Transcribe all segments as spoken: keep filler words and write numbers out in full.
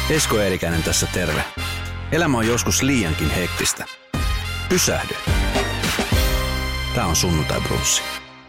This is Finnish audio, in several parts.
Esko Eerikäinen tässä terve. Elämä on joskus liiankin hektistä. Pysähdy. Tää on Sunnuntai Brunssi.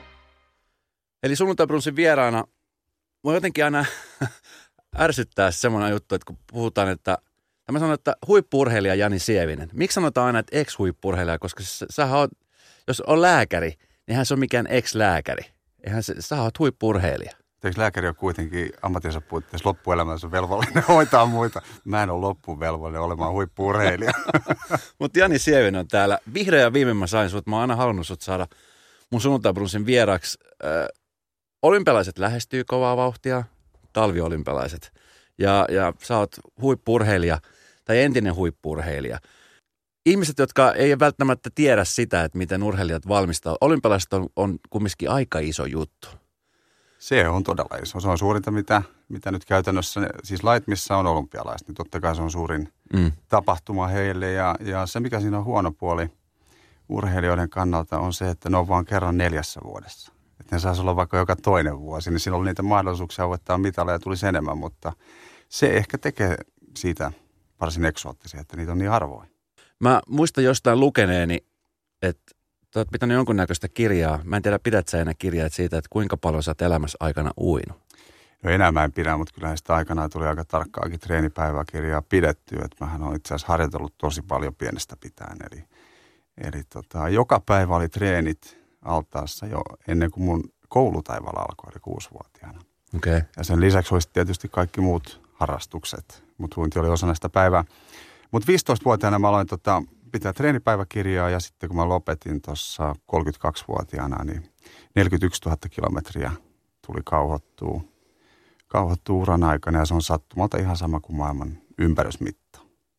Eli Sunnuntai Brunssin vieraana voi jotenkin aina ärsyttää semmoinen juttu, että kun puhutaan, että mä sanon, että huippu-urheilija Jani Sievinen. Miksi sanotaan aina, että ex-huippu-urheilija? Koska sä, sähän oot, jos on lääkäri, niin eihän se ole mikään ex-lääkäri. Eihän se, sä oot huippu-urheilija. Eikö lääkäri on kuitenkin ammatinsa puitteissa loppuelämänsä velvollinen hoitaa muita? Mä en ole loppuvelvollinen olemaan huippu-urheilija. Mutta Jani Sievinen on täällä. Vihreä viime mä sain sut. Mä oon aina halunnut sut saada mun Sunnuntai Brunssin vieraaksi. Ö, olympialaiset lähestyy kovaa vauhtia. Talviolympialaiset. Ja, ja sä oot huippu-urheilija tai entinen huippu-urheilija. Ihmiset, jotka ei välttämättä tiedä sitä, että miten urheilijat valmistaa. Olympialaiset on, on kumminkin aika iso juttu. Se on todella iso. Se on suurinta, mitä, mitä nyt käytännössä, siis lait, missä on olympialaiset, niin totta kai se on suurin mm. tapahtuma heille. Ja, ja se, mikä siinä on huono puoli urheilijoiden kannalta, on se, että ne on vaan kerran neljässä vuodessa. Että ne saisi olla vaikka joka toinen vuosi, niin siinä oli niitä mahdollisuuksia voittaa mitaleja, tulisi enemmän, mutta se ehkä tekee siitä varsin eksoottisia, että niitä on niin harvoin. Mä muistan jostain lukeneeni, että sä oot pitänyt jonkunnäköistä kirjaa. Mä en tiedä, pidät sä enää kirjaa siitä, että kuinka paljon sä oot elämässä aikana uinut? No enää mä en pidä, mutta kyllähän sitä aikanaan tuli aika tarkkaakin treenipäiväkirjaa pidetty. Että mähän olen itse asiassa harjoitellut tosi paljon pienestä pitäen. Eli, eli tota, joka päivä oli treenit altaassa jo ennen kuin mun koulutaival alkoi, eli kuusivuotiaana. Okay. Ja sen lisäksi olisi tietysti kaikki muut harrastukset, mutta uinti oli osa näistä päivää. Mutta viisitoistavuotiaana mä aloin tota, pitää treenipäiväkirjaa ja sitten kun mä lopetin tuossa kolmekymmentäkaksivuotiaana, niin neljäkymmentäyksituhatta kilometriä tuli kauhottua, kauhottua uran aikana ja se on sattumalta ihan sama kuin maailman ympärysmitta.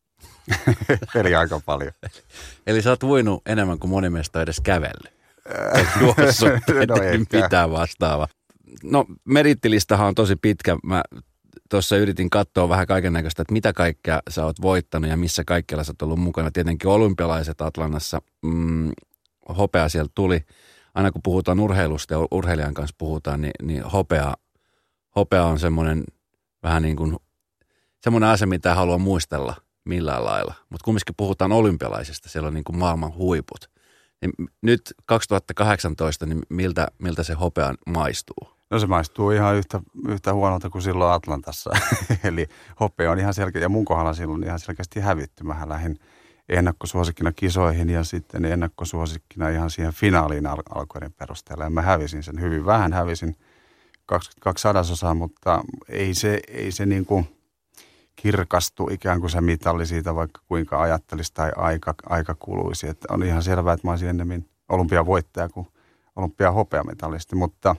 Eli aika paljon. Eli sä oot uinut enemmän kuin moni meistä on edes kävellyt. Juossut, no mitään vastaavaa. No merittilistahan on tosi pitkä. Mä tuossa yritin katsoa vähän kaiken näköistä, että mitä kaikkea sä oot voittanut ja missä kaikkialla sä oot ollut mukana. Tietenkin olympialaiset Atlannassa, mm, hopea sieltä tuli. Aina kun puhutaan urheilusta ja urheilijan kanssa puhutaan, niin, niin hopea, hopea on semmoinen vähän niin kuin semmoinen asia, mitä ei halua muistella millään lailla. Mutta kumminkin puhutaan olympialaisista, siellä on niin kuin maailman huiput. Niin nyt kaksituhattakahdeksantoista, niin miltä, miltä se hopea maistuu? No se maistuu ihan yhtä, yhtä huonolta kuin silloin Atlantassa. Eli hopea on ihan selkeä, ja mun kohdalla silloin ihan selkeästi hävitty. Mähän lähdin ennakkosuosikkina kisoihin ja sitten ennakkosuosikkina ihan siihen finaaliin al- alkuiden perusteella. Ja mä hävisin sen hyvin vähän, hävisin kaksikymmentäkaksi sadasosaa, mutta ei se, ei se niin kuin kirkastu ikään kuin se mitalli siitä, vaikka kuinka ajattelisi tai aika, aika kuluisi. Että on ihan selvää, että mä olisin ennemmin olympiavoittaja kuin olympiahopeamitalisti, mutta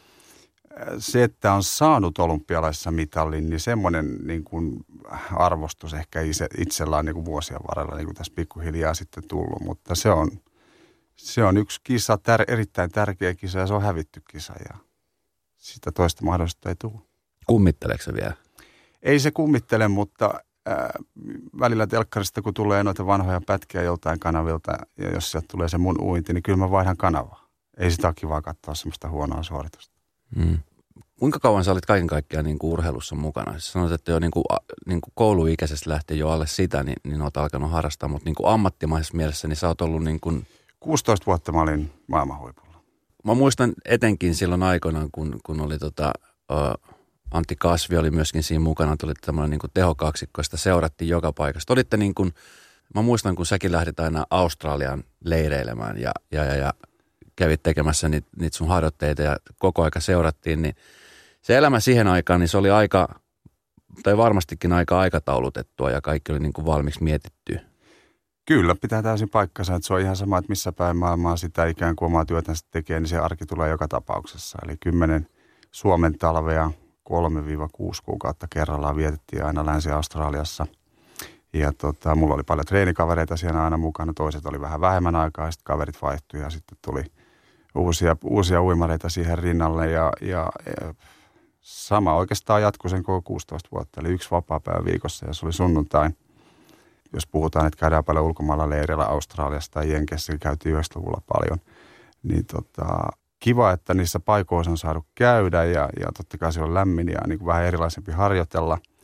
se, että on saanut olympialaisessa mitallin, niin semmoinen niin kuin arvostus ehkä itse, itsellä on niin kuin vuosien varrella niin kuin tässä pikkuhiljaa sitten tullut, mutta se on, se on yksi kisa, tär, erittäin tärkeä kisa ja se on hävitty kisa ja sitä toista mahdollista ei tule. Kummitteleeko se vielä? Ei se kummittele, mutta äh, välillä telkkarista kun tulee noita vanhoja pätkiä joltain kanavilta ja jos sieltä tulee se mun uinti, niin kyllä mä vaihdan kanavaa. Ei sitä ole kivaa katsoa semmoista huonoa suoritusta. Mm. Kuinka kauan sä olit kaiken kaikkiaan niin kuin urheilussa mukana? Siis sanoit, että jo niin kuin, niin kuin kouluikäisestä lähtien jo alle sitä, niin, niin olet alkanut harrastaa, mutta niin kuin ammattimaisessa mielessä, niin sä oot ollut niin kuin kuusitoista vuotta mä olin maailmanhuipulla. Mä muistan etenkin silloin aikoinaan, kun, kun oli tota, uh, Antti Kasvi oli myöskin siinä mukana, tuli tämmöinen niin kuin tehokaksikko, sitä seurattiin joka paikasta. Olitte niin kuin, mä muistan, kun säkin lähdit aina Australiaan leireilemään ja, ja, ja, ja kävit tekemässä niitä, niitä sun harjoitteita ja koko aika seurattiin, niin se elämä siihen aikaan, niin se oli aika, tai varmastikin aika aikataulutettua ja kaikki oli niin kuin valmiiksi mietittyä. Kyllä, pitää täysin paikkansa, että se on ihan sama, että missä päin maailmaa sitä ikään kuin omaa työtänsä tekee, niin se arki tulee joka tapauksessa. Eli kymmenen Suomen talvea, kolme kuusi kuukautta kerrallaan vietettiin aina Länsi-Australiassa. Ja tota, mulla oli paljon treenikavereita siellä aina mukana, toiset oli vähän vähemmän aikaa, sitten kaverit vaihtui ja sitten tuli uusia, uusia uimareita siihen rinnalle. Ja, ja, ja sama oikeastaan jatkui sen koko kuusitoista vuotta, eli yksi vapaapäivä viikossa ja se oli sunnuntai. Jos puhutaan, että käydään paljon ulkomailla leirillä Australiassa tai Jenkeissä, niin käytiin yhdeksänkymmentäluvulla paljon, niin tota, kiva, että niissä paikoissa on saanut käydä ja, ja totta kai siellä on lämmin ja niin kuin vähän erilaisempi harjoitella.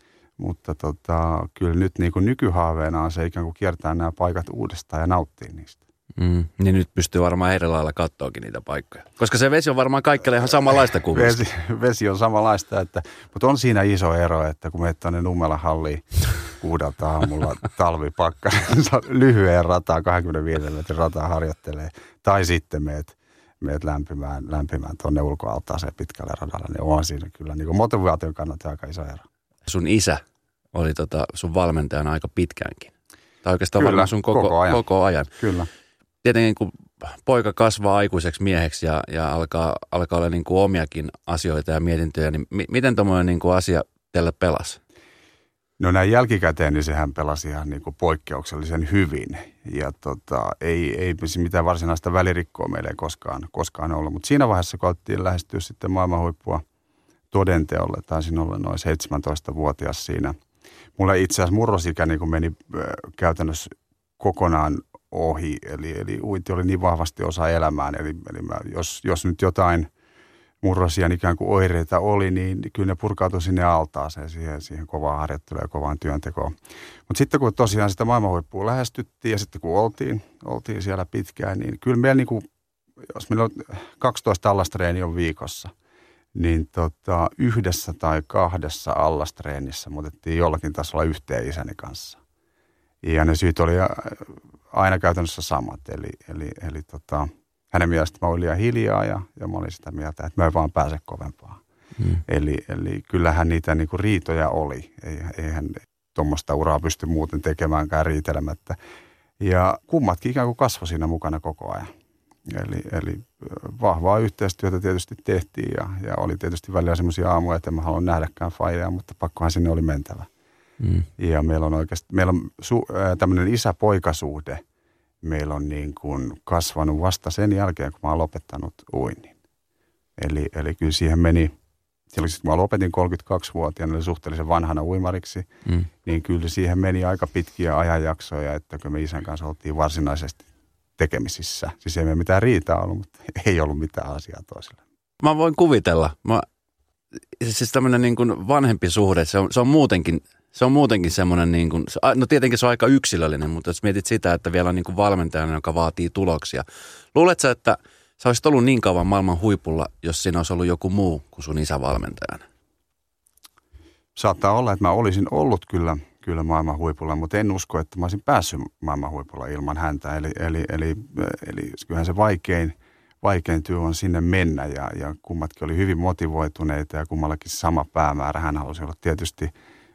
Mutta tota, kyllä nyt niin kuin nykyhaaveena on se ikään kuin kiertää nämä paikat uudestaan ja nauttia niistä. Mm, niin nyt pystyy varmaan eri lailla katsoakin niitä paikkoja. Koska se vesi on varmaan kaikille ihan samanlaista kuin vesi, vesi on samanlaista, että, mutta on siinä iso ero, että kun menet tuonne Nummelan halliin kuudelta aamulla talvipakkasensa lyhyen rataa, kaksikymmentäviisi metrin rataa harjoittelee, tai sitten meet, meet lämpimään, lämpimään tuonne ulkoaltaaseen pitkälle radalle, niin on siinä kyllä niin kuin motivaation kannalta aika iso ero. Sun isä oli tota sun valmentajana aika pitkäänkin. Tai oikeastaan kyllä, varmaan sun koko, koko ajan. Koko ajan. Kyllä. Tietenkin kun poika kasvaa aikuiseksi mieheksi ja, ja alkaa, alkaa olla niin kuin omiakin asioita ja mietintöjä, niin mi, miten tuommoinen niin kuin asia teille pelasi? No näin jälkikäteen, niin sehän pelasi ihan niin kuin poikkeuksellisen hyvin. Ja tota, ei, ei mitään varsinaista välirikkoa meille ei koskaan, koskaan ollut. Mutta siinä vaiheessa, kun alettiin lähestyä sitten maailmanhuippua todenteolle, taisin olla noin seitsemäntoistavuotias siinä. Mulla itse asiassa murrosikä niin kuin meni äh, käytännössä kokonaan ohi, eli, eli uinti oli niin vahvasti osa elämään, eli, eli mä, jos, jos nyt jotain murrosian ikään kuin oireita oli, niin kyllä ne purkautui sinne altaaseen, siihen, siihen kovaan harjoitteluun ja kovaan työntekoon. Mutta sitten kun tosiaan sitä maailmanhuippua lähestyttiin ja sitten kun oltiin, oltiin siellä pitkään, niin kyllä meillä niin kuin, jos meillä on kaksitoista allastreeniä on viikossa, niin tota, yhdessä tai kahdessa allastreenissä me otettiin jollakin tasolla yhteen isäni kanssa. Ja ne syyt oli aina käytännössä samat, eli, eli, eli tota, hänen mielestä mä olin liian hiljaa ja, ja mä olin sitä mieltä, että mä en vaan pääse kovempaa. Mm. Eli, eli kyllähän niitä niinku riitoja oli, Ei, eihän tuommoista uraa pysty muuten tekemäänkään riitelemättä. Ja kummatkin ikään kuin kasvoi siinä mukana koko ajan. Eli, eli vahvaa yhteistyötä tietysti tehtiin ja, ja oli tietysti välillä semmoisia aamuja, että en mä halua nähdäkään faijaa, mutta pakkohan sinne oli mentävä. Mm. Ja meillä on oikeasti, meillä on su, äh, tämmöinen isä-poikasuhde, meillä on niin kuin kasvanut vasta sen jälkeen, kun mä oon lopettanut uinnin. Eli, eli kyllä siihen meni, silloin kun mä lopetin kolmekymmentäkaksivuotiaana, eli suhteellisen vanhana uimariksi, mm. niin kyllä siihen meni aika pitkiä ajanjaksoja, että kun me isän kanssa oltiin varsinaisesti tekemisissä. Siis ei meillä mitään riitaa ollut, mutta ei ollut mitään asiaa toiselle. Mä voin kuvitella. Mä, siis tämmöinen niin kuin vanhempi suhde, se on, se on muutenkin... Se on muutenkin semmoinen, niin kuin, no tietenkin se on aika yksilöllinen, mutta jos mietit sitä, että vielä on niin kuin valmentajana, joka vaatii tuloksia. Luuletko, että sä olisit ollut niin kauan maailman huipulla, jos siinä olisi ollut joku muu kuin sun isä valmentajana? Saattaa olla, että mä olisin ollut kyllä, kyllä maailman huipulla, mutta en usko, että mä olisin päässyt maailman huipulla ilman häntä. Eli, eli, eli, eli kyllähän se vaikein, vaikein työ on sinne mennä ja, ja kummatkin oli hyvin motivoituneita ja kummallakin sama päämäärä. Hän halusi olla tietysti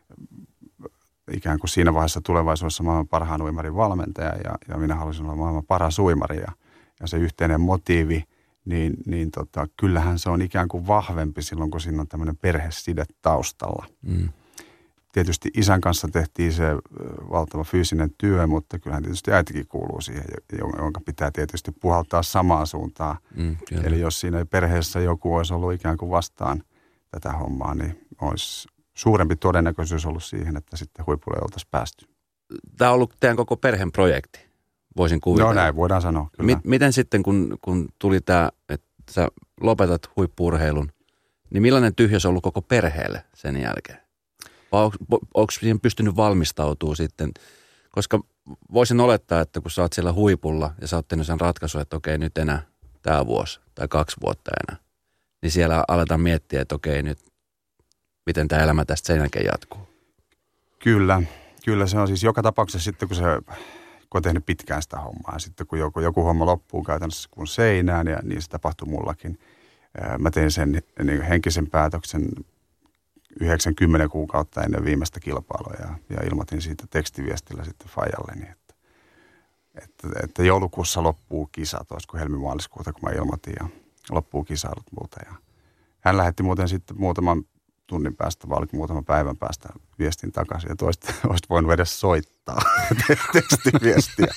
ikään kuin siinä vaiheessa tulevaisuudessa maailman parhaan uimarin valmentaja ja, ja minä halusin olla maailman paras uimari ja, ja se yhteinen motiivi, niin, niin tota, kyllähän se on ikään kuin vahvempi silloin, kun siinä on tämmöinen perheside taustalla. Mm. Tietysti isän kanssa tehtiin se valtava fyysinen työ, mutta kyllähän tietysti äitikin kuuluu siihen, jonka pitää tietysti puhaltaa samaan suuntaan. Mm, Eli jos siinä perheessä joku olisi ollut ikään kuin vastaan tätä hommaa, niin olisi suurempi todennäköisyys ollut siihen, että sitten huipulle oltaisiin päästy. Tämä on ollut teidän koko perheen projekti, voisin kuvitella. No näin voidaan sanoa, kyllä. M- miten sitten, kun, kun tuli tämä, että sä lopetat huippu-urheilun, niin millainen tyhjys on ollut koko perheelle sen jälkeen? Vai onko, onko siihen pystynyt valmistautumaan sitten? Koska voisin olettaa, että kun sä oot siellä huipulla ja sä oot tehnyt sen ratkaisun, että okei nyt enää tämä vuosi tai kaksi vuotta enää, niin siellä aletaan miettiä, että okei nyt miten tämä elämä tästä sen jälkeen jatkuu? Kyllä, kyllä se on siis joka tapauksessa sitten, kun se kun on tehnyt pitkään sitä hommaa ja sitten kun joku, joku homma loppuu käytännössä kun seinään ja niin se tapahtui mullakin. Mä tein sen niin henkisen päätöksen yhdeksänkymmentä kuukautta ennen viimeistä kilpailua ja, ja ilmoitin siitä tekstiviestillä sitten faijalleni, että, että, että joulukuussa loppuu kisat, olisiko helmimaaliskuuta, kun mä ilmoitin ja loppuu kisailut muuta. Ja hän lähetti muuten sitten muutaman tunnin päästä, vai oliko muutaman päivän päästä viestin takaisin, että olisit, olisit voinut edes soittaa tekstiviestiä.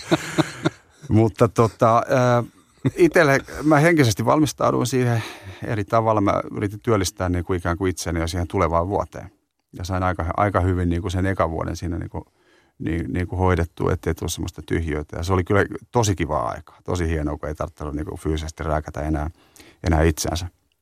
Mutta tota, itselle mä henkisesti valmistauduin siihen eri tavalla. Mä yritin työllistää niin kuin ikään kuin itseni jo siihen tulevaan vuoteen. Ja sain aika, aika hyvin niin kuin sen ekan vuoden siinä niin kuin, niin, niin kuin hoidettua, ettei tullut semmoista tyhjöitä. Ja se oli kyllä tosi kivaa aikaa. Tosi hienoa, kun ei tarvitse niin kuin fyysisesti rääkätä enää, enää itseänsä.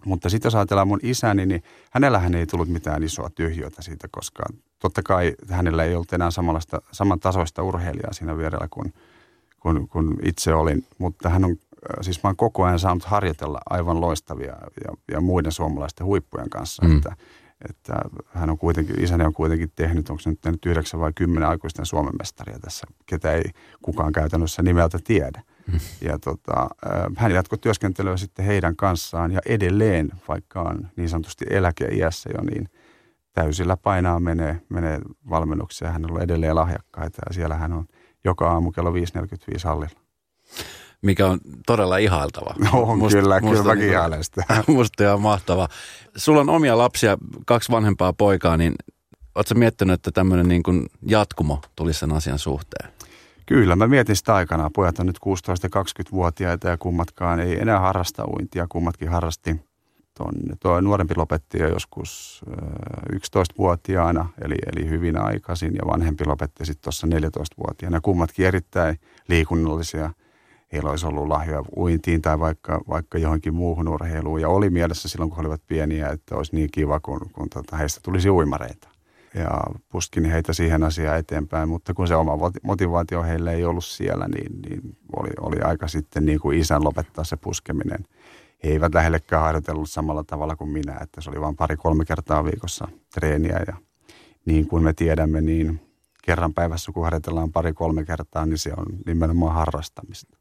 Mutta sitten jos ajatellaan mun isäni, niin hänellähän ei tullut mitään isoa tyhjötä siitä, koska totta kai hänellä ei ollut enää samanlaista, samantasoista urheilijaa siinä vierellä kuin, kuin, kuin itse olin. Mutta hän on, siis mä oon koko ajan saanut harjoitella aivan loistavia ja, ja muiden suomalaisten huippujen kanssa, mm. että, että hän on kuitenkin, isäni on kuitenkin tehnyt, onko se nyt tehnyt yhdeksän vai kymmenen aikuisten Suomen mestaria tässä, ketä ei kukaan käytännössä nimeltä tiedä. Mm. Ja tota, hän jatkoi työskentelyä sitten heidän kanssaan ja edelleen, vaikka on niin sanotusti eläkeiässä jo, niin täysillä painaa menee, menee valmennuksia. Hän on edelleen lahjakkaita ja siellä hän on joka aamu kello viisi neljäkymmentäviisi hallilla. Mikä on todella ihailtava. On musta, kyllä, musta kyllä mäkin niin, ihailen sitä. Musta ihan mahtava. Sulla on omia lapsia, kaksi vanhempaa poikaa, niin ootko sä miettinyt, että tämmöinen niin kuin jatkumo tulisi sen asian suhteen? Kyllä, mä mietin sitä aikanaan. Pojat on nyt kuusitoista- ja kaksikymmentävuotiaita ja kummatkaan ei enää harrasta uintia. Kummatkin harrasti. Tonne. Tuo nuorempi lopetti jo joskus yksitoistavuotiaana, eli, eli hyvin aikaisin, ja vanhempi lopetti sitten tuossa neljätoistavuotiaana. Kummatkin erittäin liikunnallisia. Heillä olisi ollut lahjoja uintiin tai vaikka, vaikka johonkin muuhun urheiluun. Ja oli mielessä silloin, kun he olivat pieniä, että olisi niin kiva, kun, kun tota, heistä tulisi uimareita. Ja puskin heitä siihen asiaan eteenpäin, mutta kun se oma motivaatio heille ei ollut siellä, niin, niin oli, oli aika sitten niin kuin isän lopettaa se puskeminen. He eivät lähellekään harjoitellut samalla tavalla kuin minä, että se oli vain pari-kolme kertaa viikossa treeniä. Ja niin kuin me tiedämme, niin kerran päivässä kun harjoitellaan pari-kolme kertaa, niin se on nimenomaan harrastamista.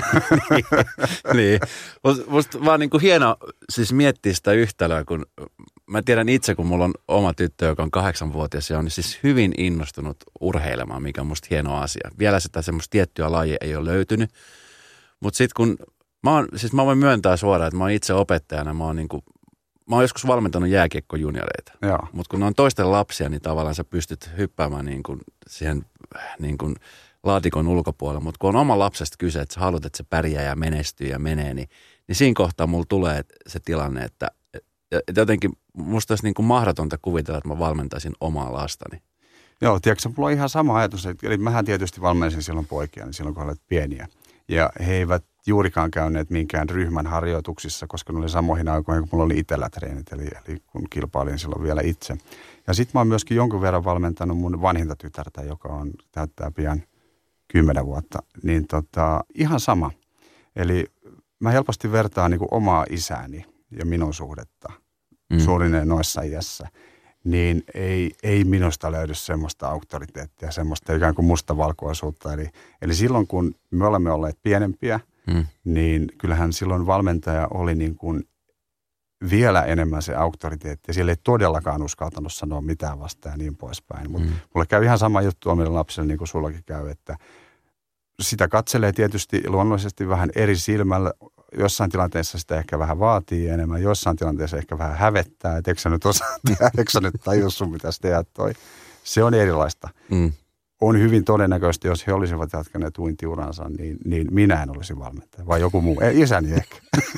Niin, musta vaan niin kuin hieno siis miettiä sitä yhtälöä, kun mä tiedän itse, kun mulla on oma tyttö, joka on kahdeksanvuotias ja on siis hyvin innostunut urheilemaan, mikä on musta hieno asia. Vielä sitä semmoista tiettyä lajia ei ole löytynyt, mutta sitten kun mä oon, siis mä voin myöntää suoraan, että mä oon itse opettajana, mä oon niin kuin, mä oon joskus valmentanut jääkiekkojunioreita, mutta kun ne on toisten lapsia, niin tavallaan sä pystyt hyppäämään niin kuin siihen niin kuin laatikon ulkopuolella, mutta kun on oma lapsesta kyse, että sä haluat, että se pärjää ja menestyy ja menee, niin, niin siinä kohtaa mulla tulee se tilanne, että, että jotenkin musta olisi niin kuin mahdotonta kuvitella, että mä valmentaisin omaa lastani. Joo, tiedätkö, mulla on ihan sama ajatus, eli mähän tietysti valmensin silloin poikia, niin silloin kun he olivat pieniä, ja he eivät juurikaan käyneet minkään ryhmän harjoituksissa, koska ne oli samoihin aikoihin, kun mulla oli itsellä treenit, eli, eli kun kilpailin silloin vielä itse. Ja sitten mä oon myöskin jonkun verran valmentanut mun vanhinta tytärtä, joka on täyttää pian kymmenen vuotta, niin tota, ihan sama. Eli mä helposti vertaan niin kuin omaa isääni ja minun suhdetta mm. suunnilleen noissa iässä, niin ei, ei minusta löydy semmoista auktoriteettia, semmoista ikään kuin mustavalkoisuutta. Eli, eli silloin, kun me olemme olleet pienempiä, mm. niin kyllähän silloin valmentaja oli niin kuin vielä enemmän se auktoriteetti. Ja siellä ei todellakaan uskaltanut sanoa mitään vastaan ja niin poispäin. Mutta mm. mulle käy ihan sama juttu omille lapsille, niin kuin sullakin käy, että sitä katselee tietysti luonnollisesti vähän eri silmällä. Jossain tilanteessa sitä ehkä vähän vaatii enemmän, jossain tilanteessa ehkä vähän hävettää, että eikö sä nyt osaa tehdä, eikö sä nyt tajua sun, mitä sä teet toi. Se on erilaista. Mm. On hyvin todennäköistä, jos he olisivat jatkaneet uintiuransa, niin, niin minä en olisi valmentaja, vai joku muu, ei, isäni ehkä.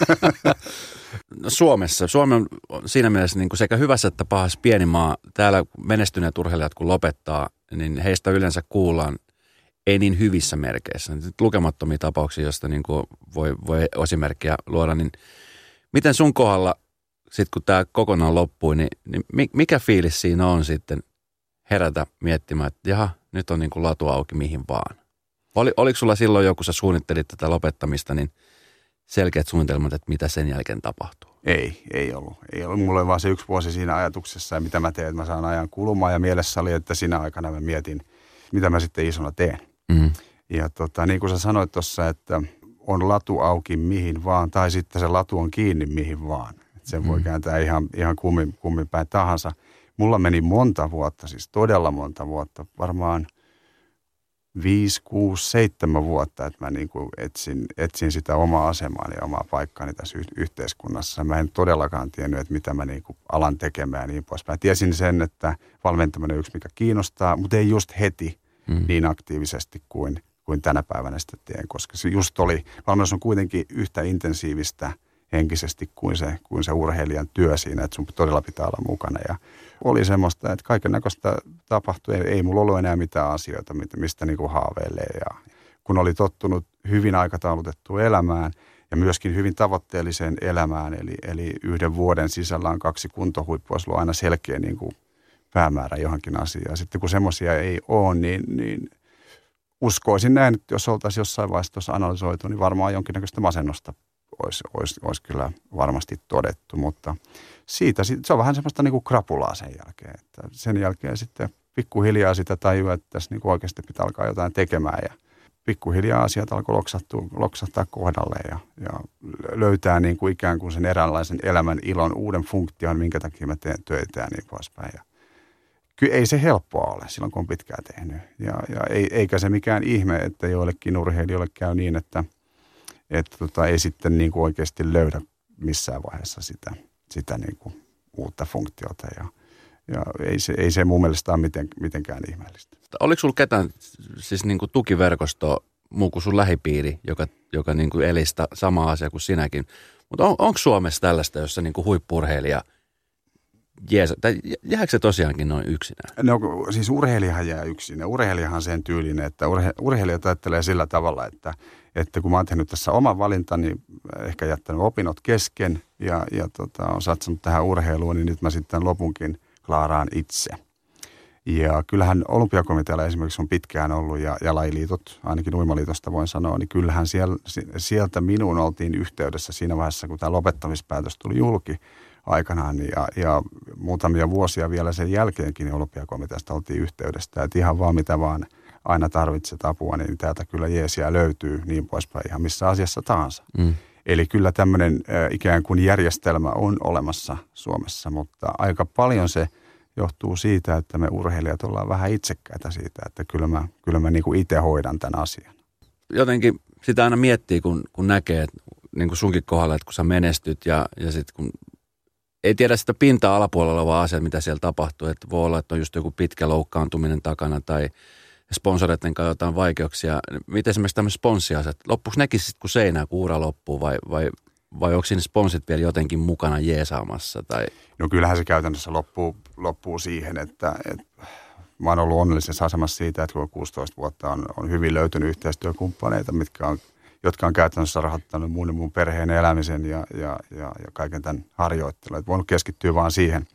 No Suomessa. Suomi on siinä mielessä niin kuin sekä hyvässä että pahassa pieni maa. Täällä menestyneet urheilijat kun lopettaa, niin heistä yleensä kuullaan ei niin hyvissä merkeissä. Nyt lukemattomia tapauksia, joista niin kuin voi, voi esimerkkejä luoda, niin miten sun kohdalla, sit kun tämä kokonaan loppui, niin, niin mikä fiilis siinä on sitten herätä miettimään, että jaha, nyt on niin kuin latu auki mihin vaan? Oli, oliko sulla silloin joku, kun sä suunnittelit tätä lopettamista, niin selkeät suunnitelmat, että mitä sen jälkeen tapahtuu? Ei, ei ollut. Ei ollut. Mulla oli vaan se yksi vuosi siinä ajatuksessa ja mitä mä teen, että mä saan ajan kulumaan ja mielessä oli, että siinä aikana mä mietin, mitä mä sitten isona teen. Mm. Ja tota, niin kuin sä sanoit tuossa, että on latu auki mihin vaan, tai sitten se latu on kiinni mihin vaan. Et sen mm. voi kääntää ihan, ihan kummin, kummin päin tahansa. Mulla meni monta vuotta, siis todella monta vuotta, varmaan viisi, kuusi, seitsemän vuotta, että mä niin kuin etsin, etsin sitä omaa asemaani ja omaa paikkaani tässä yhteiskunnassa. Mä en todellakaan tiennyt, että mitä mä niin kuin alan tekemään ja niin poispäin. Tiesin sen, että valmentaminen on yksi, mikä kiinnostaa, mutta ei just heti mm. niin aktiivisesti kuin, kuin tänä päivänä sitä teen, koska se just oli, valmennus on kuitenkin yhtä intensiivistä henkisesti kuin se, kuin se urheilijan työ siinä, että sun todella pitää olla mukana. Ja oli semmoista, että kaiken näköistä tapahtui. Ei, ei mulla ollut enää mitään asioita, mistä niin kuin haaveilee. Ja kun oli tottunut hyvin aikataulutettuun elämään ja myöskin hyvin tavoitteelliseen elämään. Eli, eli yhden vuoden sisällä on kaksi kuntohuippua, olisi ollut aina selkeä niin kuin päämäärä johonkin asiaan. Sitten kun semmoisia ei ole, niin, niin uskoisin näin, että jos oltaisiin jossain vaiheessa tuossa analysoitu, niin varmaan jonkinnäköistä masennusta olisi, olisi, olisi kyllä varmasti todettu. Mutta siitä, se on vähän semmoista niin kuin krapulaa sen jälkeen. Että sen jälkeen sitten pikkuhiljaa sitä tajua, että tässä niin kuin oikeasti pitää alkaa jotain tekemään ja pikkuhiljaa asiat alkoi loksahtaa kohdalle ja, ja löytää niin kuin ikään kuin sen eräänlaisen elämän ilon, uuden funktion, minkä takia mä teen töitä ja niin poispäin. Ja kyllä ei se helppoa ole silloin, kun on pitkään tehnyt. Ja, ja ei, eikä se mikään ihme, että joillekin urheilijoille käy niin, että, että tota, ei sitten niin kuin oikeasti löydä missään vaiheessa sitä, sitä niin kuin uutta funktiota. Ja, ja ei, se, ei se mun mielestä ole miten, mitenkään ihmeellistä. Oliko sulla ketään siis niin kuin tukiverkostoa muu kuin sun lähipiiri, joka, joka niin kuin eli sitä samaa asiaa kuin sinäkin? Mutta on, onko Suomessa tällaista, jossa niin kuin huippu-urheilija jees, tai jääkö se tosiaankin noin yksinään? No siis urheilijahan jää yksin. Urheilijahan sen tyylinen, että urhe, urheilijat ajattelee sillä tavalla, että, että kun mä oon tehnyt tässä oman valintani, ehkä jättänyt opinnot kesken ja, ja tota, on satsannut tähän urheiluun, niin nyt mä sitten lopunkin klaaraan itse. Ja kyllähän olympiakomitealla esimerkiksi on pitkään ollut ja, ja lajiliitot, ainakin uimaliitosta voin sanoa, niin kyllähän siellä, sieltä minuun oltiin yhteydessä siinä vaiheessa, kun tämä lopettamispäätös tuli julki aikanaan ja, ja muutamia vuosia vielä sen jälkeenkin olympiakomiteasta oltiin yhteydessä, että ihan vaan mitä vaan aina tarvitset apua, niin täältä kyllä jeesiä löytyy niin poispäin ihan missä asiassa tahansa. Mm. Eli kyllä tämmöinen äh, ikään kuin järjestelmä on olemassa Suomessa, mutta aika paljon se johtuu siitä, että me urheilijat ollaan vähän itsekkäitä siitä, että kyllä mä, kyllä mä niin kuin itse hoidan tämän asian. Jotenkin sitä aina miettii, kun, kun näkee, että, niin kuin sunkin kohdalla, että kun sä menestyt ja, ja sitten kun ei tiedä sitä pintaa alapuolella olevaa asiaa, mitä siellä tapahtuu, että voi olla, että on just joku pitkä loukkaantuminen takana tai sponsoreiden kanssa jotain vaikeuksia. Miten esimerkiksi tämmöiset sponssiasiat, loppuksi nekin sitten kun seinää, kun ura loppuu vai, vai Vai onko siinä sponsit vielä jotenkin mukana jeesaamassa? Tai? No kyllähän se käytännössä loppuu, loppuu siihen, että, että mä oon ollut onnellisessa asemassa siitä, että kun kuusitoista vuotta on, on hyvin löytynyt yhteistyökumppaneita, mitkä on, jotka on käytännössä rahoittanut mun ja mun perheen elämisen ja, ja, ja, ja kaiken tämän harjoittelun. Että voinut keskittyä vaan siihen,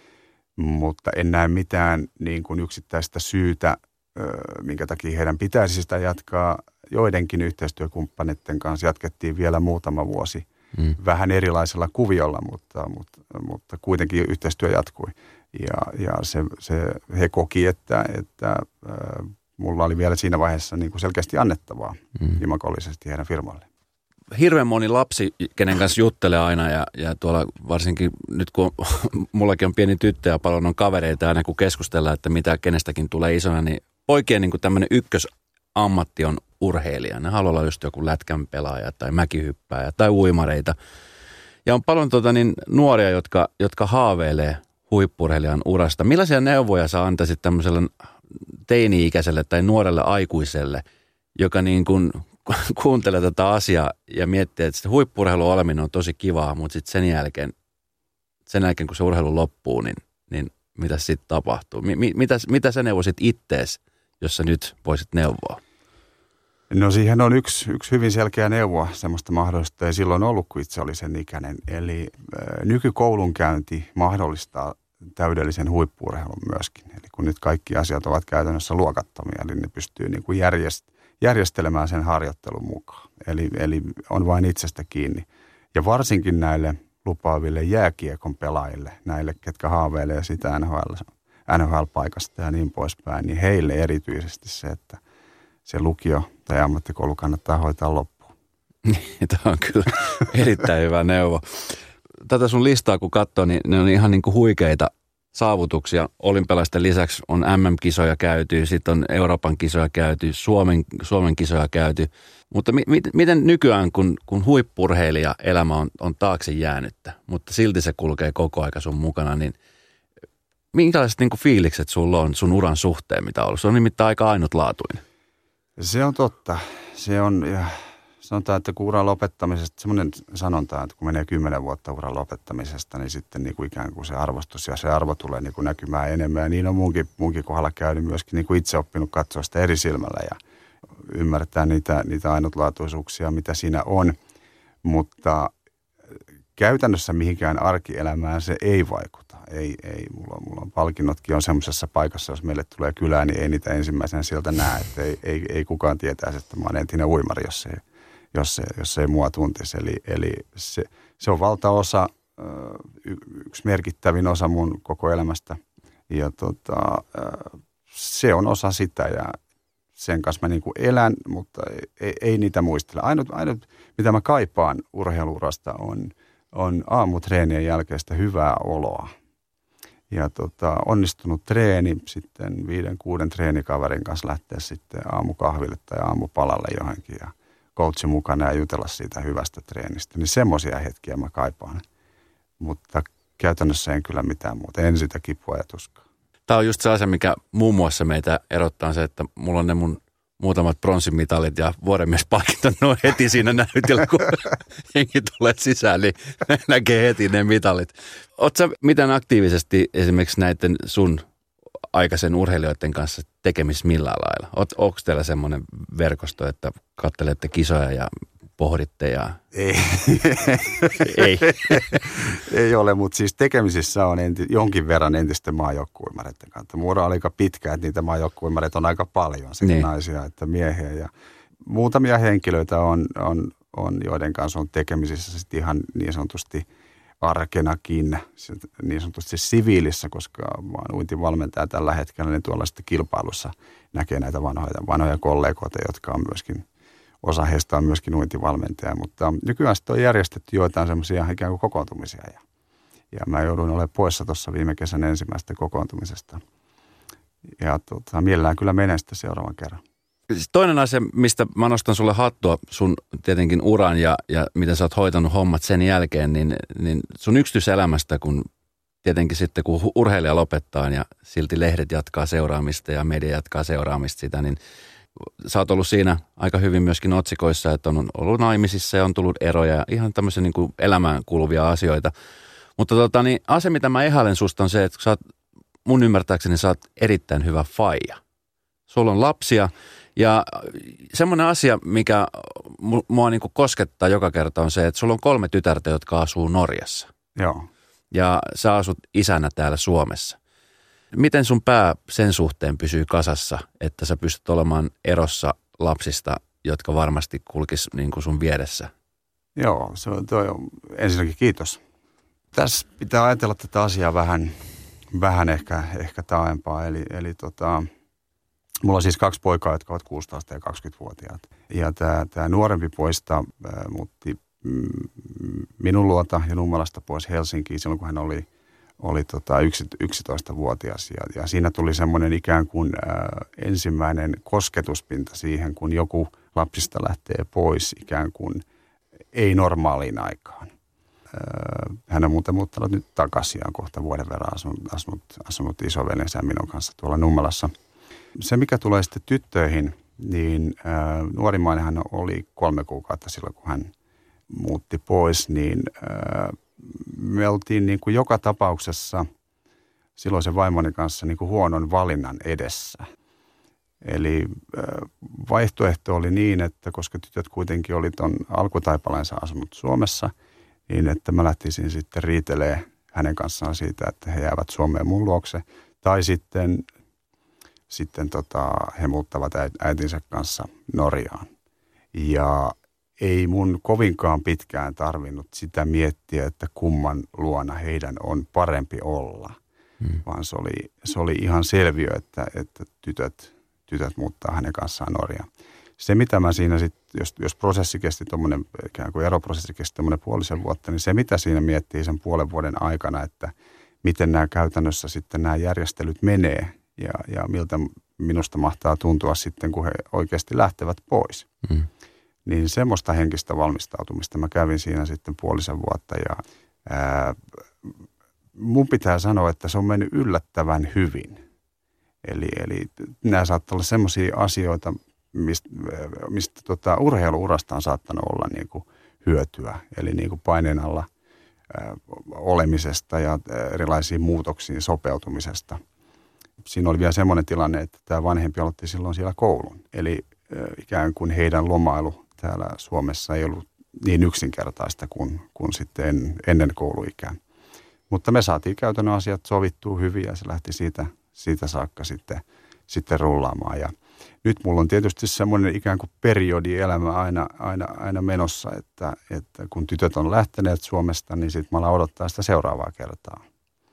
mutta en näe mitään niin kuin yksittäistä syytä, minkä takia heidän pitäisi sitä jatkaa. Joidenkin yhteistyökumppaneiden kanssa jatkettiin vielä muutama vuosi. Mm. Vähän erilaisella kuviolla, mutta, mutta, mutta kuitenkin yhteistyö jatkui. Ja, ja se, se, he koki, että, että äh, mulla oli vielä siinä vaiheessa niin kuin selkeästi annettavaa mm. imagollisesti heidän firmoille. Hirveän moni lapsi, kenen kanssa juttelee aina ja, ja tuolla varsinkin nyt kun mullakin on pieni tyttö ja paljon on kavereita aina kun keskustellaan, että mitä kenestäkin tulee isona, niin poikien niin kuin tämmöinen ykkösammatti on urheilija. Ne haluaa olla just joku lätkän pelaaja tai mäkihyppääjä tai uimareita. Ja on paljon tota, niin, nuoria, jotka, jotka haaveilee huippu-urheilijan urasta. Millaisia neuvoja sä antaisit tämmöiselle teini-ikäiselle tai nuorelle aikuiselle, joka niin kuin kuuntelee tätä asiaa ja miettii, että se huippu-urheilun oleminen on tosi kivaa, mutta sitten sen jälkeen, sen jälkeen, kun se urheilu loppuu, niin, niin mitä sitten tapahtuu? Mi- mitä, mitä sä neuvoisit ittees, jos sä nyt voisit neuvoa? No siihen on yksi, yksi hyvin selkeä neuvo, semmoista mahdollista ei silloin ollut, kun itse oli sen ikäinen. Eli äh, nykykoulunkäynti mahdollistaa täydellisen huippu-urheilun myöskin. Eli kun nyt kaikki asiat ovat käytännössä luokattomia, eli ne pystyy niin kuin järjest, järjestelemään sen harjoittelun mukaan. Eli, eli on vain itsestä kiinni. Ja varsinkin näille lupaaville jääkiekon pelaajille, näille, ketkä haaveilee sitä N H L, N H L-paikasta ja niin poispäin, niin heille erityisesti se, että se lukio tai ammattikoulu kannattaa hoitaa loppuun. Tämä on kyllä erittäin hyvä neuvo. Tätä sun listaa kun katsoo, niin ne on ihan niin kuin huikeita saavutuksia. Olympialaisten lisäksi on M M-kisoja käyty, sitten on Euroopan kisoja käyty, Suomen, Suomen kisoja käyty. Mutta mi- mi- miten nykyään, kun, kun huippurheilija elämä on, on taakse jäänyttä, mutta silti se kulkee koko aika sun mukana, niin minkälaiset niin kuin fiilikset sulla on sun uran suhteen, mitä on ollut? Se on nimittäin aika ainutlaatuinen. Se on totta. Se on, ja sanotaan, että kun uran lopettamisesta, semmoinen sanonta, että kun menee kymmenen vuotta uran lopettamisesta, niin sitten niin kuin ikään kuin se arvostus ja se arvo tulee niin kuin näkymään enemmän. Ja niin on munkin, munkin kohdalla käynyt myöskin niin kuin itse oppinut katsoa sitä eri silmällä ja ymmärtää niitä, niitä ainutlaatuisuuksia, mitä siinä on. mutta käytännössä mihinkään arkielämään se ei vaikuta. Ei, ei. Mulla, on, mulla on palkinnotkin on semmoisessa paikassa, jos meille tulee kylään, niin ei niitä ensimmäisenä sieltä näe. Että ei, ei, ei kukaan tietäisi, että mä oon entinen uimari, jos ei, jos se, jos ei mua tuntisi. Eli, eli se, se on valtaosa, yksi merkittävin osa mun koko elämästä. Ja tota, se on osa sitä ja sen kanssa mä niin kuin elän, mutta ei, ei niitä muistella. Ainut, ainut, mitä mä kaipaan urheiluurasta, on, on aamutreenien jälkeistä hyvää oloa. Ja tota, onnistunut treeni, sitten viiden, kuuden treenikaverin kanssa lähteä sitten aamukahville tai aamupalalle johonkin ja coachi mukana ja jutella siitä hyvästä treenistä. Niin semmoisia hetkiä mä kaipaan, mutta käytännössä en kyllä mitään muuta. En sitä kipua ja tuskaa. Tämä on just se asia, mikä muun muassa meitä erottaa se, että mulla on ne mun muutamat pronssimitalit ja vuoremiespalkintot, ne on heti siinä näytillä, kun henki tulee sisään, niin näkee heti ne mitalit. Oletko sä miten aktiivisesti esimerkiksi näiden sun aikaisen urheilijoiden kanssa tekemisissä millään lailla? Onko teillä semmoinen verkosto, että katselette kisoja ja pohditte ja... Ei. Ei. Ei ole, mutta siis tekemisissä on enti, jonkin verran entisten maajoukkuuimareiden kanssa. Muura oli aika pitkä, että niitä maajoukkuuimareita on aika paljon, sekä niin naisia että miehiä. Ja muutamia henkilöitä on, on, on, joiden kanssa on tekemisissä sitten ihan niin sanotusti arkenakin, niin sanotusti siviilissä, koska mä oon uintivalmentaja tällä hetkellä, niin tuolla sitten kilpailussa näkee näitä vanhoja, vanhoja kollegoita, jotka on myöskin... Osa heistä on myöskin uintivalmentaja, mutta nykyään sitten on järjestetty joitain semmoisia ikään kuin kokoontumisia. Ja, ja mä joudun olemaan poissa tuossa viime kesän ensimmäistä kokoontumisesta. Ja tota, mielellään kyllä menen sitten seuraavan kerran. Toinen asia, mistä mä nostan sulle hattua sun tietenkin uran ja, ja miten sä oot hoitanut hommat sen jälkeen, niin, niin sun yksityiselämästä, kun tietenkin sitten kun urheilija lopettaa ja silti lehdet jatkaa seuraamista ja media jatkaa seuraamista sitä, niin sä oot ollut siinä aika hyvin myöskin otsikoissa, että on ollut naimisissa ja on tullut eroja ja ihan tämmöisiä niin kuin elämään kuuluvia asioita. Mutta tota, niin asia, mitä mä ihailen susta on se, että sä oot, mun ymmärtääkseni sä oot erittäin hyvä faija. Sulla on lapsia ja semmoinen asia, mikä mua niin kuin koskettaa joka kerta on se, että sulla on kolme tytärtä, jotka asuu Norjassa. Joo. Ja sä asut isänä täällä Suomessa. Miten sun pää sen suhteen pysyy kasassa, että sä pystyt olemaan erossa lapsista, jotka varmasti kulkis niin kuin sun vieressä? Joo, se on, toi on ensinnäkin kiitos. Tässä pitää ajatella tätä asiaa vähän, vähän ehkä, ehkä taaempaa. Eli, eli tota, mulla on siis kaksi poikaa, jotka ovat kuusitoista- ja kaksikymmentävuotiaat. Ja tämä, tämä nuorempi poista äh, muutti mm, minun luota ja Nummelasta pois Helsinkiin silloin, kun hän oli... oli tota yksitoistavuotias ja, ja siinä tuli semmoinen ikään kuin ää, ensimmäinen kosketuspinta siihen, kun joku lapsista lähtee pois ikään kuin ei normaaliin aikaan. Ää, hän on muuten muuttanut nyt takaisin ja on kohta vuoden verran asunut, asunut, asunut isoveljensä ja minun kanssa tuolla Nummelassa. Se, mikä tulee sitten tyttöihin, niin ää, nuorimmainen hän oli kolme kuukautta silloin, kun hän muutti pois, niin ää, me oltiin niin kuin joka tapauksessa silloisen vaimoni kanssa niin kuin huonon valinnan edessä. Eli vaihtoehto oli niin, että koska tytöt kuitenkin oli ton alkutaipaleensa asunut Suomessa, niin että mä lähtisin sitten riitelee hänen kanssaan siitä, että he jäävät Suomeen mun luokse. Tai sitten, sitten tota, he muuttavat äitinsä kanssa Norjaan. Ja ei mun kovinkaan pitkään tarvinnut sitä miettiä, että kumman luona heidän on parempi olla, hmm. vaan se oli, se oli ihan selviö, että, että tytöt, tytöt muuttaa hänen kanssaan Norjaan. Se, mitä mä siinä sitten, jos, jos prosessi kesti tuommoinen, ikään kuin eroprosessi kesti tuommoinen puolisen vuotta, niin se, mitä siinä miettii sen puolen vuoden aikana, että miten nämä käytännössä sitten nämä järjestelyt menee ja, ja miltä minusta mahtaa tuntua sitten, kun he oikeasti lähtevät pois. Hmm. Niin semmoista henkistä valmistautumista mä kävin siinä sitten puolisen vuotta ja ää, mun pitää sanoa, että se on mennyt yllättävän hyvin. Eli, eli nämä saattaa olla semmoisia asioita, mistä, mistä tota, urheiluurasta on saattanut olla niin kuin hyötyä. Eli niin kuin paineen alla ää, olemisesta ja erilaisiin muutoksiin sopeutumisesta. Siinä oli vielä semmoinen tilanne, että tämä vanhempi aloitti silloin siellä koulun. Eli ää, ikään kuin heidän lomailu täällä Suomessa ei ollut niin yksinkertaista kuin, kuin sitten ennen kouluikää. Mutta me saatiin käytännön asiat sovittua hyvin ja se lähti siitä, siitä saakka sitten, sitten rullaamaan. Ja nyt mulla on tietysti semmoinen ikään kuin periodi elämä aina, aina, aina menossa, että, että kun tytöt on lähteneet Suomesta, niin sitten mä alan odottaa sitä seuraavaa kertaa.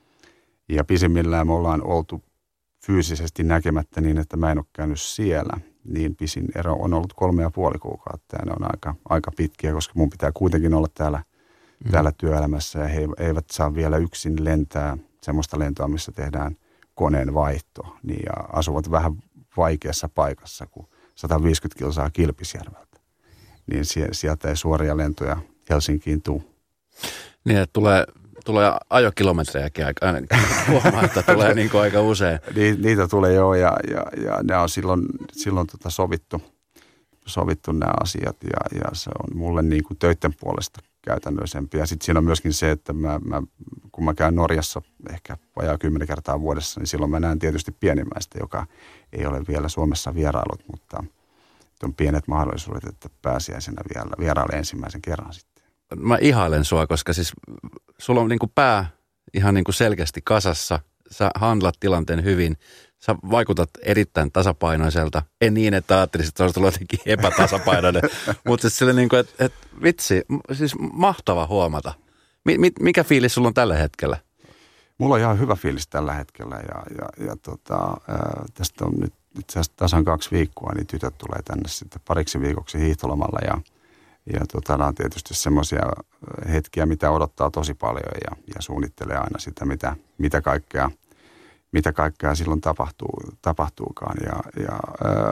Ja pisimmillään me ollaan oltu fyysisesti näkemättä niin, että mä en ole käynyt siellä. Niin pisin ero on ollut kolme ja puoli kuukautta ja ne on aika, aika pitkiä, koska mun pitää kuitenkin olla täällä, mm. täällä työelämässä ja he eivät saa vielä yksin lentää semmoista lentoa, missä tehdään koneen vaihto. Niin ja asuvat vähän vaikeassa paikassa, kun sata viisikymmentä kilsaa Kilpisjärveltä. Niin sieltä ei suoria lentoja Helsinkiin tule. Niin, että tulee, tulee ajokilometrejäkin aika, huomaa, että tulee niin kuin aika usein. Ni, niitä tulee joo, ja, ja, ja ne on silloin, silloin tota sovittu, sovittu nämä asiat, ja, ja se on mulle niin kuin töiden puolesta käytännöllisempi. Ja sitten siinä on myöskin se, että mä, mä, kun mä käyn Norjassa ehkä vajaa kymmenen kertaa vuodessa, niin silloin mä näen tietysti pienimmäistä, joka ei ole vielä Suomessa vierailut, mutta on pienet mahdollisuudet, että pääsiäisenä vielä vieraille ensimmäisen kerran sitten. Mä ihailen sua, koska siis sulla on niin kuin pää ihan niin kuin selkeästi kasassa, sä handlat tilanteen hyvin, sä vaikutat erittäin tasapainoiselta. En niin, että ajattelisit, että sä olisit ollut jotenkin epätasapainoinen, mutta siis sille niin kuin, että et, vitsi, siis mahtava huomata. Mi, mi, mikä fiilis sulla on tällä hetkellä? Mulla on ihan hyvä fiilis tällä hetkellä ja, ja, ja tota, ää, tästä on nyt itse asiassa tasan kaksi viikkoa, niin tytöt tulee tänne sitten pariksi viikoksi hiihtolomalla ja Ja tota, nämä on tietysti semmoisia hetkiä, mitä odottaa tosi paljon ja, ja suunnittelee aina sitä, mitä, mitä, kaikkea, mitä kaikkea silloin tapahtuu, tapahtuukaan. Ja, ja äh,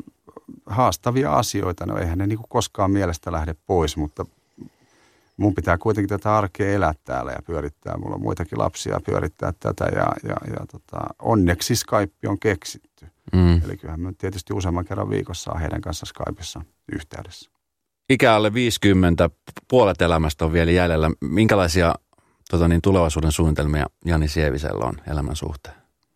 haastavia asioita, no eihän ne niin kuin koskaan mielestä lähde pois, mutta mun pitää kuitenkin tätä arkea elää täällä ja pyörittää. Mulla on muitakin lapsia pyörittää tätä ja, ja, ja tota, onneksi Skype on keksitty. Mm. Eli kyllähän mä tietysti useamman kerran viikossa on heidän kanssa Skypeissa yhteydessä. Ikä alle viisikymmentä, puolet elämästä on vielä jäljellä. Minkälaisia tota niin, tulevaisuuden suunnitelmia Jani Sievisellä on elämän suhteen?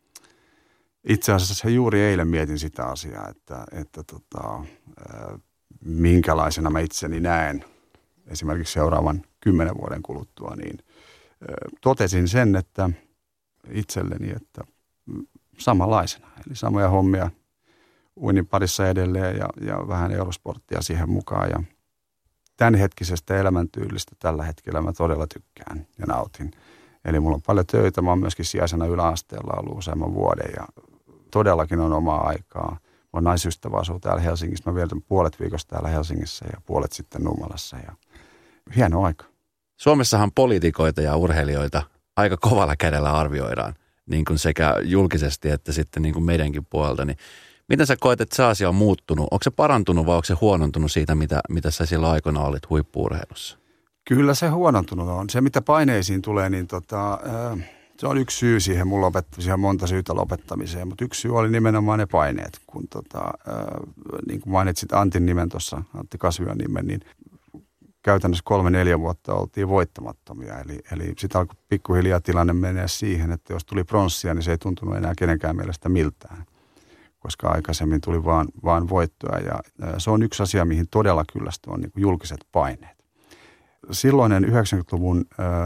Itse asiassa juuri eilen mietin sitä asiaa, että, että tota, minkälaisena mä itseni näen esimerkiksi seuraavan kymmenen vuoden kuluttua. Niin totesin sen, että itselleni, että samanlaisena, eli samoja hommia uinnin parissa edelleen ja, ja vähän eurosporttia siihen mukaan ja tämänhetkisestä elämäntyylistä tällä hetkellä mä todella tykkään ja nautin. Eli mulla on paljon töitä, mä oon myöskin sijaisena yläasteella ollut useamman vuoden ja todellakin on omaa aikaa. Mun naisystävä asuu täällä Helsingissä, mä vietän puolet viikosta täällä Helsingissä ja puolet sitten Nummelassa ja hieno aika. Suomessahan poliitikoita ja urheilijoita aika kovalla kädellä arvioidaan, niin kuin sekä julkisesti että sitten niin kuin meidänkin puolelta, niin miten sä koet, että se asia on muuttunut? Onko se parantunut vai onko se huonontunut siitä, mitä, mitä sä silloin aikana olit huippu-urheilussa? Kyllä se huonontunut on. Se, mitä paineisiin tulee, niin tota, äh, se on yksi syy siihen. Mulla on monta syytä lopettamiseen, mutta yksi syy oli nimenomaan ne paineet. Kun tota, äh, niin kuin mainitsit Antin nimen tuossa, Antti Kasvion nimen, niin käytännössä kolme, neljä vuotta oltiin voittamattomia. Eli, eli sitten alkoi pikkuhiljaa tilanne menee siihen, että jos tuli pronssia, niin se ei tuntunut enää kenenkään mielestä miltään. Koska aikaisemmin tuli vaan, vaan voittoa ja se on yksi asia, mihin todella kyllästyy, on niin kuin julkiset paineet. Silloinen yhdeksänkymmentäluvun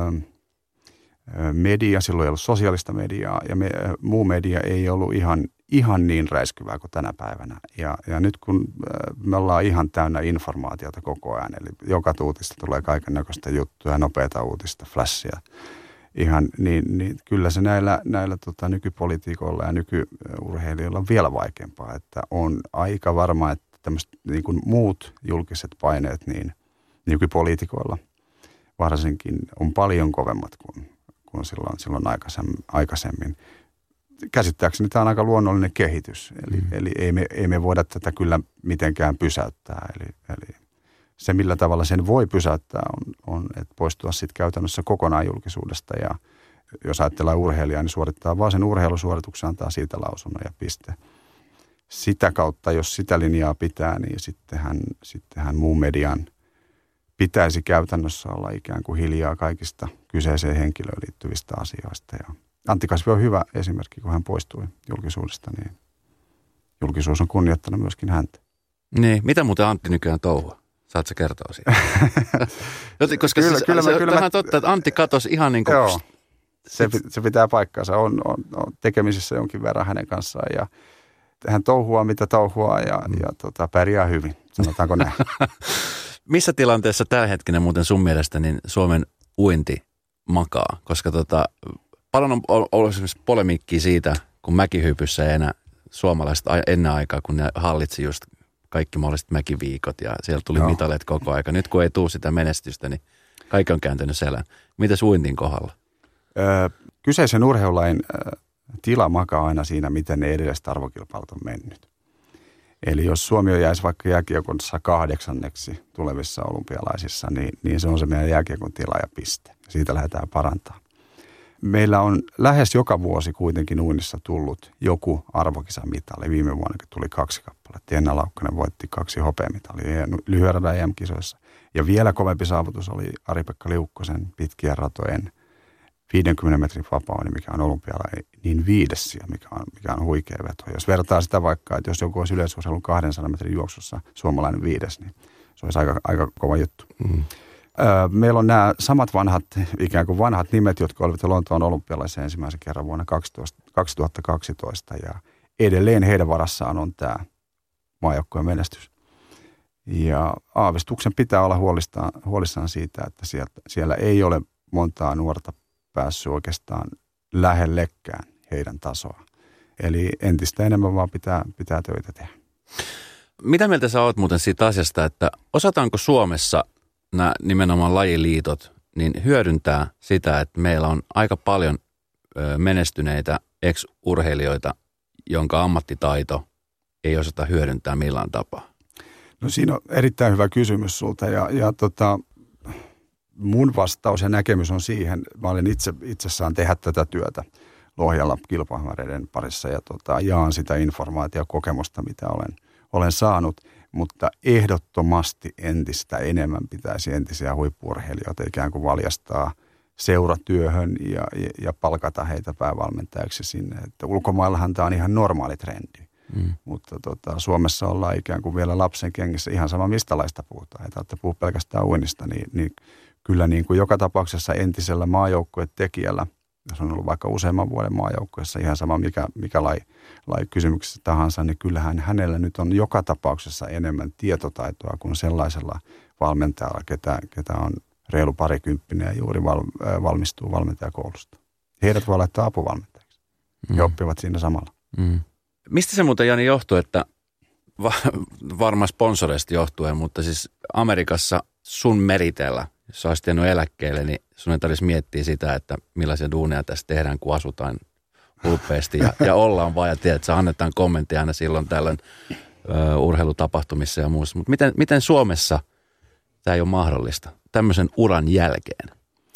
ö, media, silloin ei ollut sosiaalista mediaa ja me, muu media ei ollut ihan, ihan niin räiskyvää kuin tänä päivänä. Ja, ja nyt kun me ollaan ihan täynnä informaatiota koko ajan, eli joka tuutista tulee kaiken näköistä juttuja, nopeata uutista, flashia. Ihan, niin, niin kyllä se näillä, näillä tota, nykypolitiikoilla ja nykyurheilijoilla on vielä vaikeampaa, että on aika varma, että tämmöiset niin kuin muut julkiset paineet niin nykypoliitikoilla varsinkin on paljon kovemmat kuin, kuin silloin, silloin aikaisemmin. Käsittääkseni tämä on aika luonnollinen kehitys, eli, mm. eli ei, me, ei me voida tätä kyllä mitenkään pysäyttää, eli, eli se, millä tavalla sen voi pysäyttää, on, on että poistua sitten käytännössä kokonaan julkisuudesta. Ja jos ajatellaan urheilijaa, niin suorittaa vaan sen urheilusuorituksen, antaa siitä lausunnon ja piste. Sitä kautta, jos sitä linjaa pitää, niin sittenhän, sittenhän muun median pitäisi käytännössä olla ikään kuin hiljaa kaikista kyseiseen henkilöön liittyvistä asioista. Ja Antti Kasvi on hyvä esimerkki, kun hän poistui julkisuudesta, niin julkisuus on kunnioittanut myöskin häntä. Niin, mitä muuten Antti nykyään touhua? Saatko kertoa siitä? Joten, koska kyllä, siis, kyllä, se, kyllä on mä... totta, että Antti katosi ihan niin kuin... Joo, se, se pitää paikkaansa. On, on, on tekemisissä jonkin verran hänen kanssaan ja hän touhuaa mitä touhuaa ja, mm. ja tota, pärjää hyvin, sanotaanko näin. Missä tilanteessa tällä hetkellä muuten sun mielestä niin Suomen uinti makaa? Koska tota, paljon on ollut esimerkiksi polemiikkiä siitä, kun mäkihypyssä ei enää suomalaiset ennen aikaa, kun ne hallitsi just kaikki mahdolliset mäkiviikot ja siellä tuli no. mitaleet koko aika. Nyt kun ei tule sitä menestystä, niin kaikki on kääntynyt selän. Mitäs uintin kohdalla? Öö, kyseisen urheilulain ö, tila makaa aina siinä, miten ne edelliset arvokilpailut on mennyt. Eli jos Suomi jäisi vaikka jääkiekossa kahdeksanneksi tulevissa olympialaisissa, niin, niin se on se meidän jääkiekon tila ja piste. Siitä lähdetään parantaa. Meillä on lähes joka vuosi kuitenkin uinnissa tullut joku arvokisamitali. Viime vuonnakin tuli kaksi kappaletta. Jenna Laukkanen voitti kaksi hopeamitalia lyhyen radan E M-kisoissa. Ja vielä kovempi saavutus oli Ari-Pekka Liukkosen pitkien ratojen viidenkymmenen metrin vapauden, mikä on olympialainen, niin viides sija, mikä on, mikä on huikea veto. Jos vertaa sitä vaikka, että jos joku olisi yleisurheilun kahdensadan metrin juoksussa suomalainen viides, niin se olisi aika, aika kova juttu. Mm. Meillä on nämä samat vanhat, ikään kuin vanhat nimet, jotka olivat Lontoon olympialaisen ensimmäisen kerran vuonna kaksituhattakaksitoista. Ja edelleen heidän varassaan on tämä maajoukkueen menestys. Ja aavistuksen pitää olla huolissaan, huolissaan siitä, että sieltä, siellä ei ole montaa nuorta päässyt oikeastaan lähellekään heidän tasoa. Eli entistä enemmän vaan pitää, pitää töitä tehdä. Mitä mieltä sä oot muuten siitä asiasta, että osataanko Suomessa nämä nimenomaan lajiliitot niin hyödyntää sitä, että meillä on aika paljon menestyneitä ex-urheilijoita, jonka ammattitaito ei osata hyödyntää millään tapaa? No siinä on erittäin hyvä kysymys sulta ja, ja tota, mun vastaus ja näkemys on siihen, mä olen itse itsessään tehdä tätä työtä Lohjalla kilpailumareiden parissa ja tota, jaan sitä informaatiokokemusta, mitä olen, olen saanut, mutta ehdottomasti entistä enemmän pitäisi entisiä huippu-urheilijoita ikään kuin valjastaa seuratyöhön ja, ja, ja palkata heitä päävalmentajaksi sinne. Että ulkomaillahan tämä on ihan normaali trendi. Mm. Mutta tota, Suomessa ollaan ikään kuin vielä lapsen kengissä ihan sama mistä laista puhutaan. Ei tarvitse puhua pelkästään uinnista, niin, niin kyllä niin kuin joka tapauksessa entisellä maajoukkuetekijällä, jos on ollut vaikka useamman vuoden maajoukkueessa, ihan sama mikä, mikä lai, lai kysymyksessä tahansa, niin kyllähän hänellä nyt on joka tapauksessa enemmän tietotaitoa kuin sellaisella valmentajalla, ketä, ketä on reilu parikymppinen ja juuri val, valmistuu valmentajakoulusta. Heidät voi laittaa apuvalmentajiksi. Mm. He oppivat siinä samalla. Mm. Mistä se muuten, Jani, johtuu, että va- varmaan sponsoreista johtuen, mutta siis Amerikassa sun meriteillä, jos sä olisit jäänyt eläkkeelle, niin sun ei tarvitsisi miettiä sitä, että millaisia duuneja tässä tehdään, kun asutaan hulppeasti ja, ja ollaan vaan ja tiedät, että annetaan kommentteja aina silloin tällöin ö, urheilutapahtumissa ja muussa. Mutta miten, miten Suomessa tämä ei ole mahdollista tämmöisen uran jälkeen?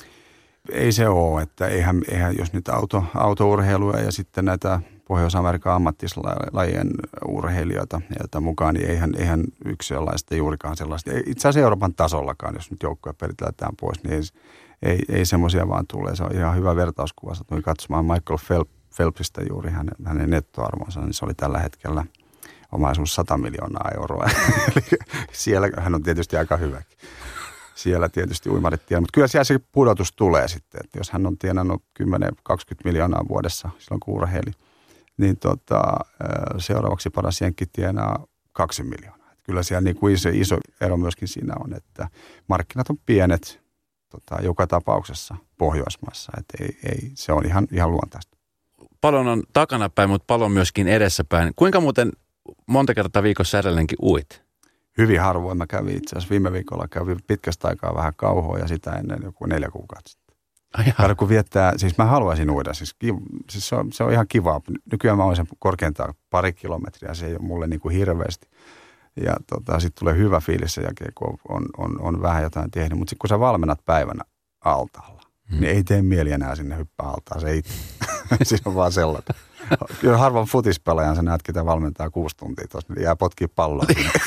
Ei se ole, että eihän, eihän jos nyt auto, autourheilua ja sitten näitä Pohjois-Amerikan ammattislajien urheilijoita joita mukaan, niin eihän, eihän yksi sellaista juurikaan sellaista. Itse asiassa Euroopan tasollakaan, jos nyt joukkoja peritään pois, niin ei, ei, ei semmoisia vaan tule. Se on ihan hyvä vertauskuva. Satuin katsomaan Michael Phelpsistä juuri hänen, hänen nettoarvonsa, niin se oli tällä hetkellä omaisuus sata miljoonaa euroa. Eli siellä hän on tietysti aika hyväkin. Siellä tietysti uimarit tienaa, mutta kyllä siellä se pudotus tulee sitten, että jos hän on tienannut kymmenen kaksikymmentä miljoonaa vuodessa silloin kun urheili, niin tota, seuraavaksi paras jenkki tienaa kaksi miljoonaa. Että kyllä siellä niin kuin iso, iso ero myöskin siinä on, että markkinat on pienet tota, joka tapauksessa Pohjoismaissa, että ei, ei, se on ihan, ihan luontaista. Paljon on takanapäin, mutta paljon myöskin edessäpäin. Kuinka muuten monta kertaa viikossa edelleenkin uit? Hyvin harvoin. Mä kävin itse asiassa viime viikolla, kävin pitkästä aikaa vähän kauhoa ja sitä ennen joku neljä kuukautta sitten. Kato, kun viettää, siis mä haluaisin uida, siis, siis se, on, se on ihan kiva. Nykyään mä olisin korkeintaan pari kilometriä, se ei ole mulle niin kuin hirveästi. Ja tota, sitten tulee hyvä fiilis sen jälkeen, kun on, on, on vähän jotain tehnyt. Mutta sitten kun sä valmennat päivänä altaalla, hmm. niin ei tee mieli enää sinne hyppää altaan. Se ei, siis on vaan sellainen. Kyllä harvan futispelaajan sä näet, ketä valmentaa kuusi tuntia tuossa, niin jää potkii palloa.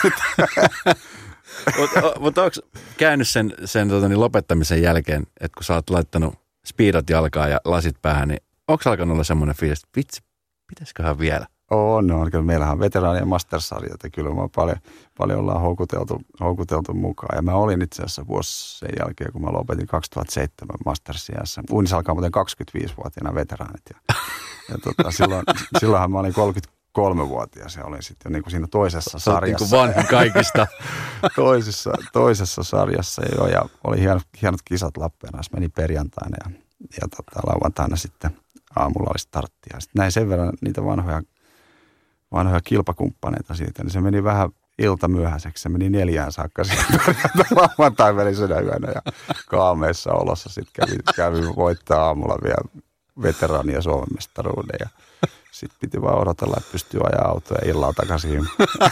Mutta mut onko käynyt sen, sen tota, niin lopettamisen jälkeen, että kun sä oot laittanut speedot jalkaan ja lasit päähän, niin onko alkanut olla semmoinen fiilis, että vitsi, pitäisiköhän vielä? On, on. Kyllä meillähän on veteraanien mastersarjat ja kyllä me paljon, paljon ollaan houkuteltu, houkuteltu mukaan. Ja mä olin itse asiassa vuosi sen jälkeen, kun mä lopetin kaksituhattaseitsemän Mastersiassa. Uunissa alkaa muuten kaksikymmentäviisivuotiaana veteraanit. Ja, ja tota, silloin, silloinhan mä olin kolmekymmentäkolmevuotias ja olin sitten jo niin kuin siinä toisessa sarjassa. Niin kuin vanhin kaikista. toisessa, toisessa sarjassa jo ja oli hienot, hienot kisat Lappeenrannassa. Meni perjantaina ja, ja tota, lauantaina sitten aamulla oli starttia. Sitten näin sen verran niitä vanhoja vanhoja kilpakumppaneita siitä, niin se meni vähän ilta myöhäiseksi. Se meni neljään saakka siihen lauantain välisenä yönä ja kaameessa olossa sitten kävi, kävi voittaa aamulla vielä veteraani ja Suomen mestaruuden ja sitten piti vaan odotella, että pystyy ajaa autoja illalla takaisin.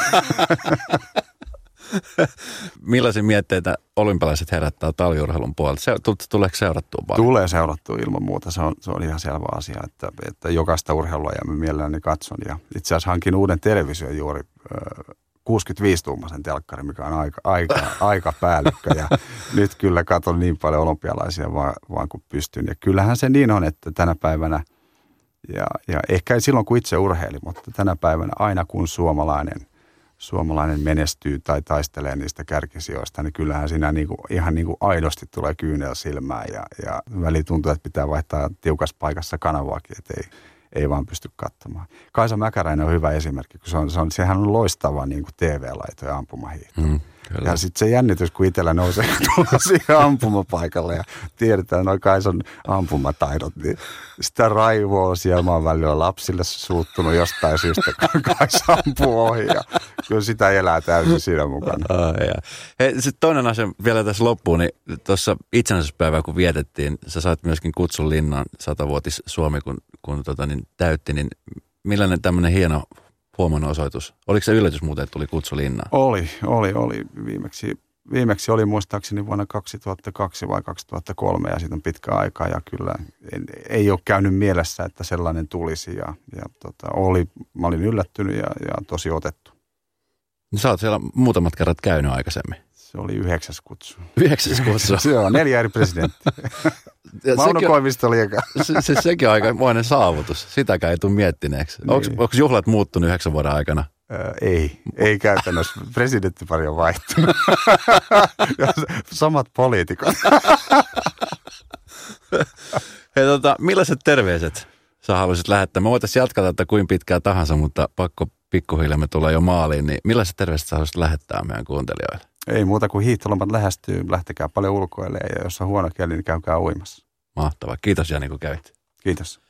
Millaisia mietteitä olympialaiset herättää talviurheilun puolelta? Se, tuleeko seurattua paljon? Tulee seurattua ilman muuta. Se on, se on ihan selvä asia, että, että jokaista urheilua ja mä mielelläni katson. Ja itse asiassa hankin uuden television juuri äh, kuusikymmentäviisi-tuumaisen telkkari, mikä on aika, aika, aika päällykkö. Ja nyt kyllä katson niin paljon olympialaisia vaan, vaan kuin pystyn. Ja kyllähän se niin on, että tänä päivänä, ja, ja ehkä ei silloin kun itse urheili, mutta tänä päivänä aina kun suomalainen suomalainen menestyy tai taistelee niistä kärkisijoista, niin kyllähän siinä niinku, ihan niinku aidosti tulee kyynel silmään ja, ja väliin tuntuu, että pitää vaihtaa tiukassa paikassa kanavaakin, että ei, ei vaan pysty katsomaan. Kaisa Mäkäräinen on hyvä esimerkki, kun se on, se on, sehän on loistava niinku T V-laito ja ampumahiihto. Mm, ja sitten se jännitys, kun itsellä nousee tulla siihen ampumapaikalle ja tiedetään noin Kaisan ampumataidot, niin sitä raivoa siellä maan välillä on lapsille suuttunut jostain syystä, kun Kaisa ampuu ohi ja kyllä sitä elää täysin siinä mukana. Oh, Hei, sitten toinen asia vielä tässä loppuun, niin tuossa itsenäisyyspäivää kun vietettiin, sä sait myöskin kutsun Linnan satavuotis Suomi, kun, kun tota, niin, täytti, niin millainen tämmöinen hieno huomionosoitus? Oliko se yllätys muuten, että tuli kutsu Linnaan? Oli, oli, oli. Viimeksi, viimeksi oli muistaakseni vuonna kaksituhattakaksi vai kaksituhattakolme ja siitä on pitkä aikaa ja kyllä en, ei ole käynyt mielessä, että sellainen tulisi ja, ja tota, oli, mä olin yllättynyt ja, ja tosi otettu. No, sä oot siellä muutamat kerrat käynyt aikaisemmin. Se oli yhdeksäs kutsu. Yhdeksäs kutsu? Se on neljä eri presidenttiä. Mauno Koivisto oli eka. Se, se, sekin on aikamoinen saavutus. Sitäkään ei tule miettineeksi. Niin. Onko juhlat muuttunut yhdeksän vuoden aikana? Öö, ei, ei käytännössä. Presidenttipari on vaihtunut. Samat poliitikot. Hei, tota, millaiset terveiset sä haluaisit lähettää? Me voitaisiin jatkaa tätä kuin pitkään tahansa, mutta pakko pikkuhiljaa me tulee jo maaliin. Niin millaiset terveiset sä haluaisit lähettää meidän kuuntelijoille? Ei muuta kuin hiihtolomat lähestyy, lähtekää paljon ulkoille ja jos on huono kieli, niin käykää uimassa. Mahtavaa. Kiitos Jani, kun kävit. Kiitos.